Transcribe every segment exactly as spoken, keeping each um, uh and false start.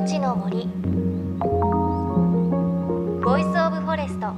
命の森ボイスオブフォレスト。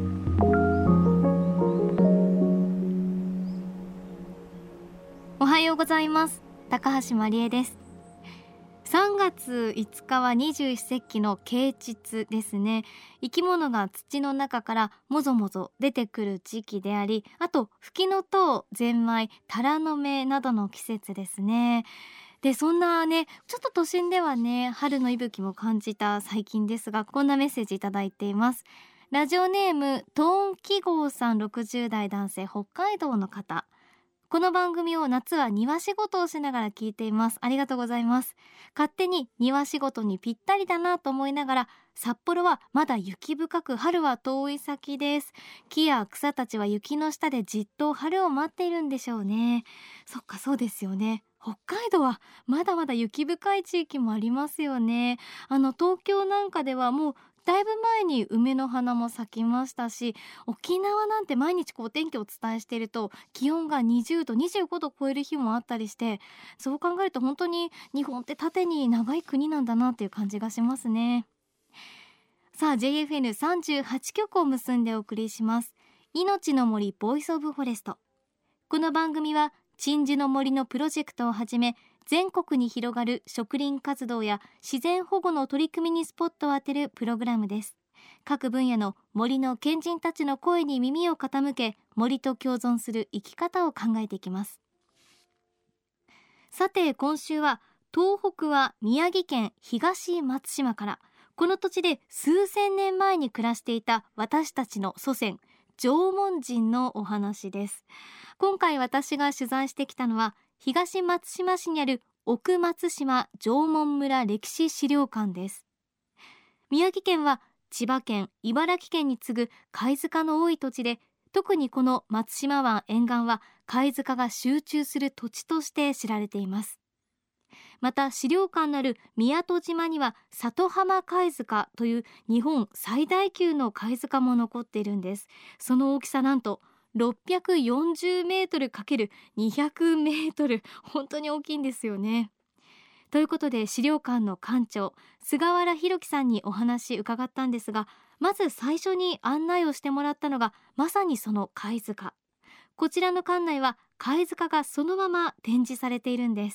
おはようございます。高橋真理恵です。さんがついつかは二十四節気の啓蟄ですね。生き物が土の中からもぞもぞ出てくる時期であり、あとフキノトウ、ゼンマイ、タラの芽などの季節ですね。でそんなね、ちょっと都心ではね春の息吹も感じた最近ですが、こんなメッセージいただいています。ラジオネームトーン記号さん、ろくじゅう代男性、北海道の方。この番組を夏は庭仕事をしながら聞いています。ありがとうございます。勝手に庭仕事にぴったりだなと思いながら、札幌はまだ雪深く春は遠い先です。木や草たちは雪の下でじっと春を待っているんでしょうね。そっか、そうですよね。北海道はまだまだ雪深い地域もありますよね。あの東京なんかではもうだいぶ前に梅の花も咲きましたし、沖縄なんて毎日こうお天気をお伝えしていると気温がにじゅうど、にじゅうごど超える日もあったりして、そう考えると本当に日本って縦に長い国なんだなという感じがしますね。さあ ジェイエフエヌさんじゅうはち 局を結んでお送りします。命の森ボイスオブフォレスト。この番組は鎮守の森のプロジェクトをはじめ、全国に広がる植林活動や自然保護の取り組みにスポットを当てるプログラムです。各分野の森の賢人たちの声に耳を傾け、森と共存する生き方を考えていきます。さて今週は東北は宮城県東松島から、この土地で数千年前に暮らしていた私たちの祖先縄文人のお話です。今回私が取材してきたのは東松島市にある奥松島縄文村歴史資料館です。宮城県は千葉県、茨城県に次ぐ貝塚の多い土地で、特にこの松島湾沿岸は貝塚が集中する土地として知られています。また資料館のある宮戸島には里浜貝塚という日本最大級の貝塚も残っているんです。その大きさなんとろっぴゃくよんじゅうメートルかけるにひゃくメートル、本当に大きいんですよね。ということで資料館の館長菅原弘樹さんにお話伺ったんですが、まず最初に案内をしてもらったのがまさにその貝塚。こちらの館内は貝塚がそのまま展示されているんです。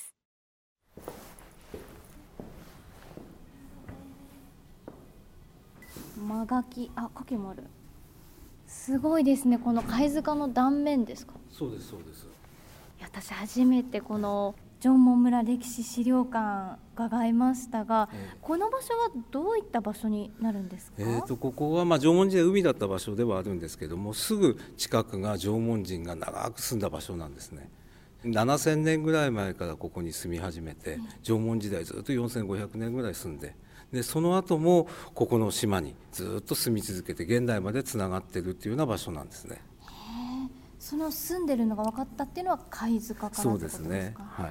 間書き、あ、書きもある。すごいですね。この貝塚の断面ですか？ そうですそうです。 いや、私初めてこの縄文村歴史資料館伺いましたが、えー、この場所はどういった場所になるんですか？ えー、とここはまあ縄文時代海だった場所ではあるんですけども、すぐ近くが縄文人が長く住んだ場所なんですね。ななせんねんぐらい前からここに住み始めて、うん、縄文時代ずっとよんせんごひゃくねんぐらい住んで、でその後もここの島にずっと住み続けて現代までつながっているっていうような場所なんですね。 その住んでるのが分かったっていうのは貝塚からってことですか？ そうですね、はい、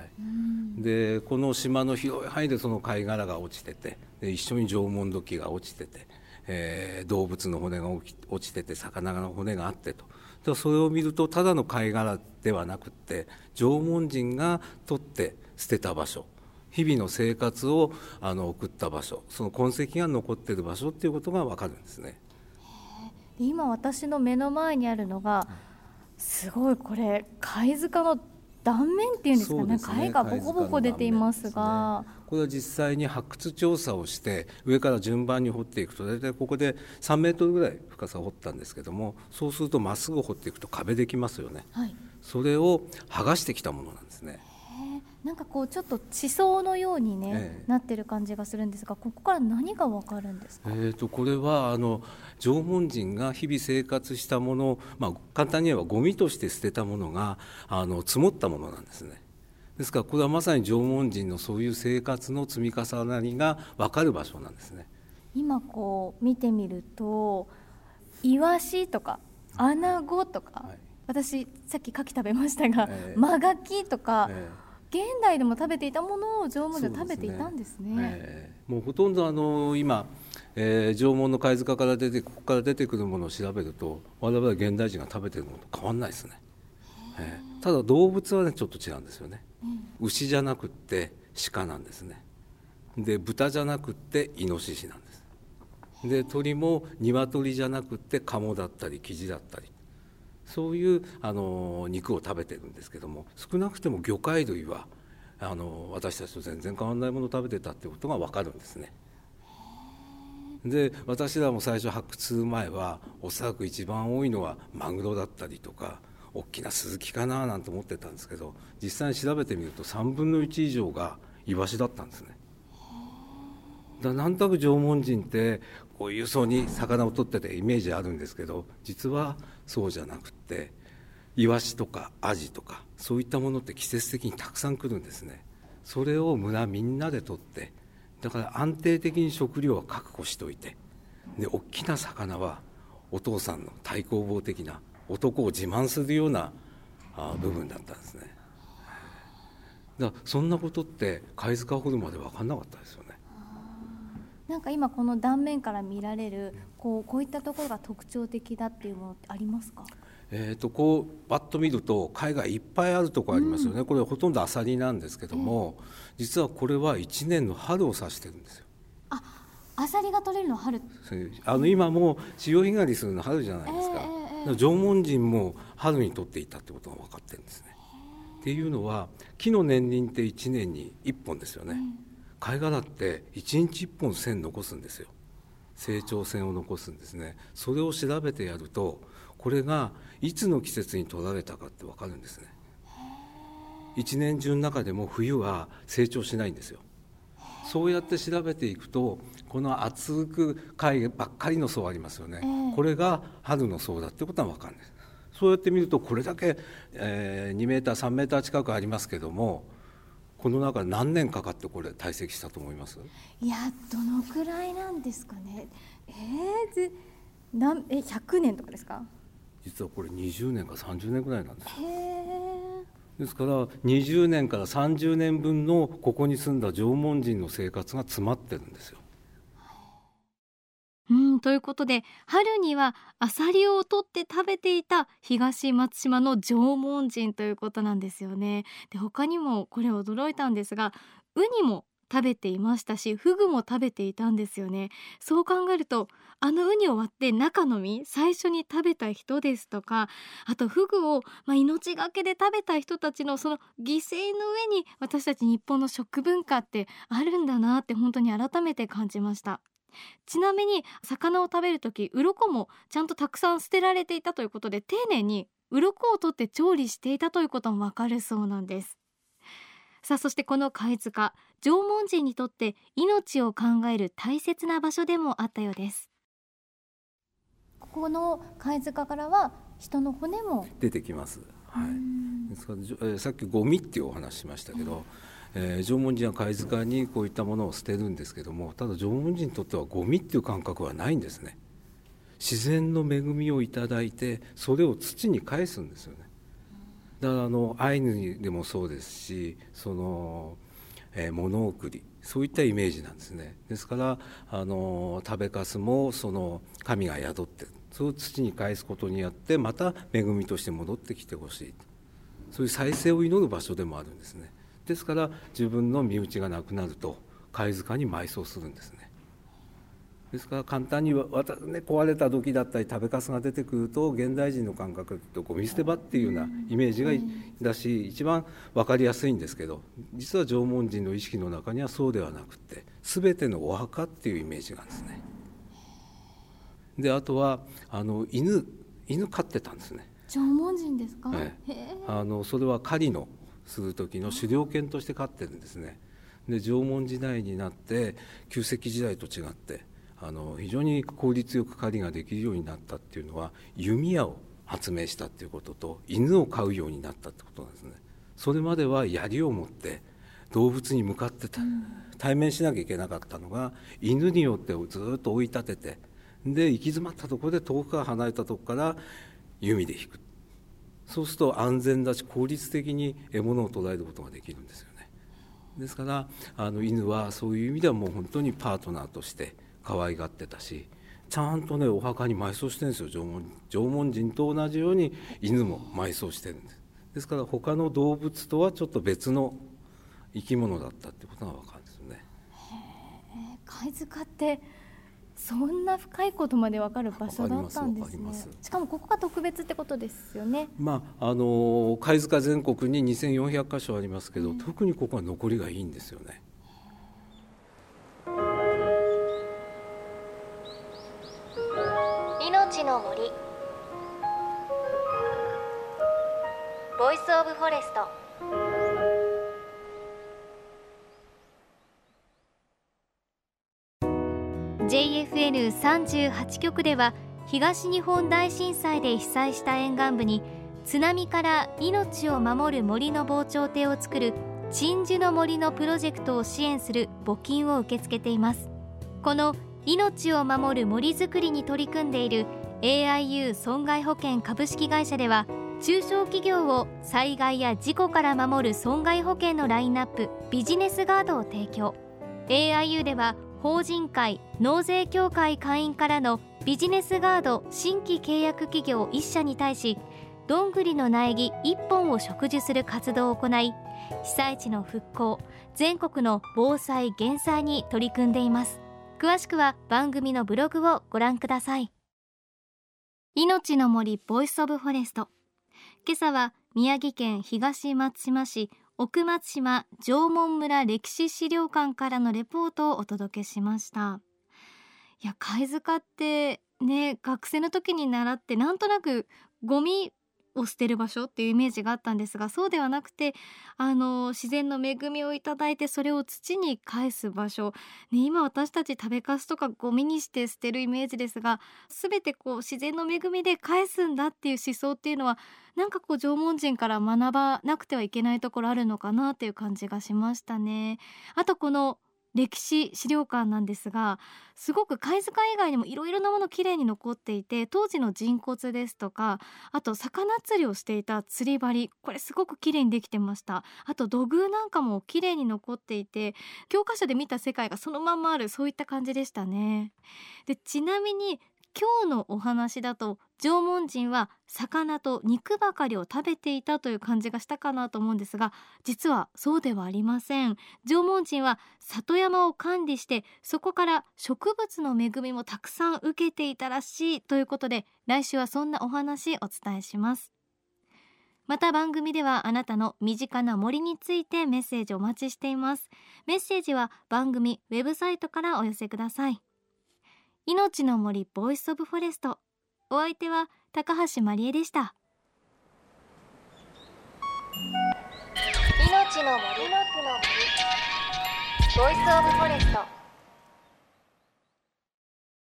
でこの島の広い範囲でその貝殻が落ちてて、で一緒に縄文土器が落ちてて、えー、動物の骨が落ちてて魚の骨があってと。でそれを見るとただの貝殻ではなくって縄文人が取って捨てた場所、日々の生活をあの送った場所、その痕跡が残っている場所っていうことが分かるんですね。 へー、今私の目の前にあるのが、うん、すごいこれ貝塚の断面っていうんですか ね, ですね貝がボコボコ出ていますが、 ね、これは実際に発掘調査をして上から順番に掘っていくと大体ここでさんメートルぐらい深さを掘ったんですけども、そうするとまっすぐ掘っていくと壁できますよね、はい、それを剥がしてきたものなんですね。 なんかこうちょっと地層のように、ねええ、なってる感じがするんですが、ここから何がわかるんですか？ えー、とこれはあの縄文人が日々生活したものを、まあ、簡単に言えばゴミとして捨てたものがあの積もったものなんですね。ですからこれはまさに縄文人のそういう生活の積み重なりがわかる場所なんですね。 今こう見てみるとイワシとかアナゴとか、はい、私さっき牡蠣食べましたが、えー、マガキとか、えー現代でも食べていたものを縄文で食べていたんですね。 えー、もうほとんどあの今、えー、縄文の貝塚から出てここから出てくるものを調べると我々現代人が食べているものと変わらないですね。えー、ただ動物はねちょっと違うんですよね。牛じゃなくって鹿なんですね。 で豚じゃなくってイノシシなんです。で鳥も鶏じゃなくってカモだったりキジだったり、そういうあの肉を食べてるんですけども、少なくても魚介類はあの私たちと全然変わらないものを食べてたってことが分かるんですね。で私らも最初発掘前はおそらく一番多いのはマグロだったりとか大きなスズキかななんて思ってたんですけど、実際に調べてみるとさんぶんのいち以上がイワシだったんですね。だからなんとなく縄文人ってこういうそうに魚を取っててイメージあるんですけど、実はそうじゃなくてイワシとかアジとかそういったものって季節的にたくさん来るんですね。それを村みんなで取って、だから安定的に食料は確保しておいて、で大きな魚はお父さんの太公望的な男を自慢するようなあ部分だったんですね。だからそんなことって貝塚掘るまで分かんなかったですよね。 なんか今この断面から見られるこう、こういったところが特徴的だっていうものってありますか？ えー、とこうパッと見ると貝がいっぱいあるところありますよね、うん、これはほとんどアサリなんですけども、えー、実はこれはいちねんの春を指してるんですよ。 あ、アサリが取れるのは春。 あの今もう潮干狩りするの春じゃないですか、えーえー、縄文人も春に取っていたってことが分かってるんですね。っていうのは木の年輪っていちねんにいっぽんですよね、うん、貝殻っていちにちいっぽん線残すんですよ。成長線を残すんですね。それを調べてやるとこれがいつの季節に取られたかって分かるんですね。一年中の中でも冬は成長しないんですよ。そうやって調べていくとこの厚く貝ばっかりの層ありますよね、えー、これが春の層だってことは分かるんです。そうやって見るとこれだけ、えー、にメーターさんメーター近くありますけども、この中で何年かかってこれ堆積したと思います？ いや、どのくらいなんですかね。えー、ぜなんえひゃくねんとかですか？ 実はこれにじゅうねんかさんじゅうねんぐらいなんです。 へー。 ですからにじゅうねんからさんじゅうねんぶんのここに住んだ縄文人の生活が詰まってるんですよ。 うん、ということで春にはアサリを取って食べていた東松島の縄文人ということなんですよね。で他にもこれ驚いたんですが、ウニも食べていましたしフグも食べていたんですよね。そう考えるとあのウニを割って中の実最初に食べた人ですとか、あとフグを、まあ、命がけで食べた人たちのその犠牲の上に私たち日本の食文化ってあるんだなって本当に改めて感じました。ちなみに魚を食べるとき鱗もちゃんとたくさん捨てられていたということで、丁寧に鱗を取って調理していたということもわかるそうなんです。さあ、そしてこの貝塚、縄文人にとって命を考える大切な場所でもあったようです。ここの貝塚からは人の骨も出てきます、はい、ですから、えー、さっきゴミっていうお話しましたけど、うんえー、縄文人は貝塚にこういったものを捨てるんですけども、ただ縄文人にとってはゴミっていう感覚はないんですね。自然の恵みをいただいてそれを土に返すんですよね。だからあのアイヌでもそうですし、その、えー、物送り、そういったイメージなんですね。ですからあの食べかすもその神が宿ってそれを土に返すことによってまた恵みとして戻ってきてほしい、そういう再生を祈る場所でもあるんですね。ですから自分の身内がなくなると貝塚に埋葬するんですね。ですから簡単にわた、ね、壊れた土器だったり食べかすが出てくると現代人の感覚とゴミ捨て場っていうようなイメージがだし、一番分かりやすいんですけど、実は縄文人の意識の中にはそうではなくて全てのお墓っていうイメージがあるんですね。であとはあの犬犬飼ってたんですね。 縄文人ですか？ はい、あのそれは狩りのする時の狩猟犬として飼ってるんですね。で縄文時代になって旧石器時代と違ってあの非常に効率よく狩りができるようになったっていうのは弓矢を発明したっていうことと犬を飼うようになったってことなんですね。それまでは槍を持って動物に向かってた、うん、対面しなきゃいけなかったのが犬によってずっと追い立てて、で行き詰まったところで遠くから離れたところから弓で引く。そうすると安全だし効率的に獲物を捕らえることができるんですよね。ですからあの犬はそういう意味ではもう本当にパートナーとして可愛がってたし、ちゃんとねお墓に埋葬してるんですよ。縄文、縄文人と同じように犬も埋葬してるんです。ですから他の動物とはちょっと別の生き物だったってことが分かるんですよね。 貝塚ってそんな深いことまで分かる場所だったんですね。しかもここが特別ってことですよね。 まあ、あの貝塚全国ににせんよんひゃくかしょありますけど、うん、特にここは残りがいいんですよね。 命の森、ボイスオブフォレスト。ジェイエフエヌさんじゅうはち 局では東日本大震災で被災した沿岸部に津波から命を守る森の防潮堤を作る鎮守の森のプロジェクトを支援する募金を受け付けています。この命を守る森づくりに取り組んでいる エーアイユー 損害保険株式会社では、中小企業を災害や事故から守る損害保険のラインナップビジネスガードを提供。 エーアイユー では法人会納税協会会員からのビジネスガード新規契約企業いっしゃに対し、どんぐりの苗木いっぽんを植樹する活動を行い、被災地の復興、全国の防災減災に取り組んでいます。詳しくは番組のブログをご覧ください。命の森ボイスオブフォレスト。今朝は宮城県東松島市奥松島縄文村歴史資料館からのレポートをお届けしました。いや、貝塚ってね、学生の時に習ってなんとなくゴミを捨てる場所っていうイメージがあったんですが、そうではなくて、あの自然の恵みをいただいてそれを土に返す場所、ね、今私たち食べかすとかゴミにして捨てるイメージですが、全てこう自然の恵みで返すんだっていう思想っていうのは、なんかこう縄文人から学ばなくてはいけないところあるのかなっていう感じがしましたね。あとこの歴史資料館なんですが、すごく貝塚以外にもいろいろなものきれいに残っていて、当時の人骨ですとか、あと魚釣りをしていた釣り針、これすごくきれいにできてました。あと土偶なんかもきれいに残っていて、教科書で見た世界がそのまんまある、そういった感じでしたね。で、ちなみに今日のお話だと、縄文人は魚と肉ばかりを食べていたという感じがしたかなと思うんですが、実はそうではありません。縄文人は里山を管理して、そこから植物の恵みもたくさん受けていたらしいということで、来週はそんなお話お伝えします。また番組ではあなたの身近な森についてメッセージお待ちしています。メッセージは番組ウェブサイトからお寄せください。命の森ボイスオブフォレスト。お相手は高橋まりえでした。命の森ボイスオブフォレスト。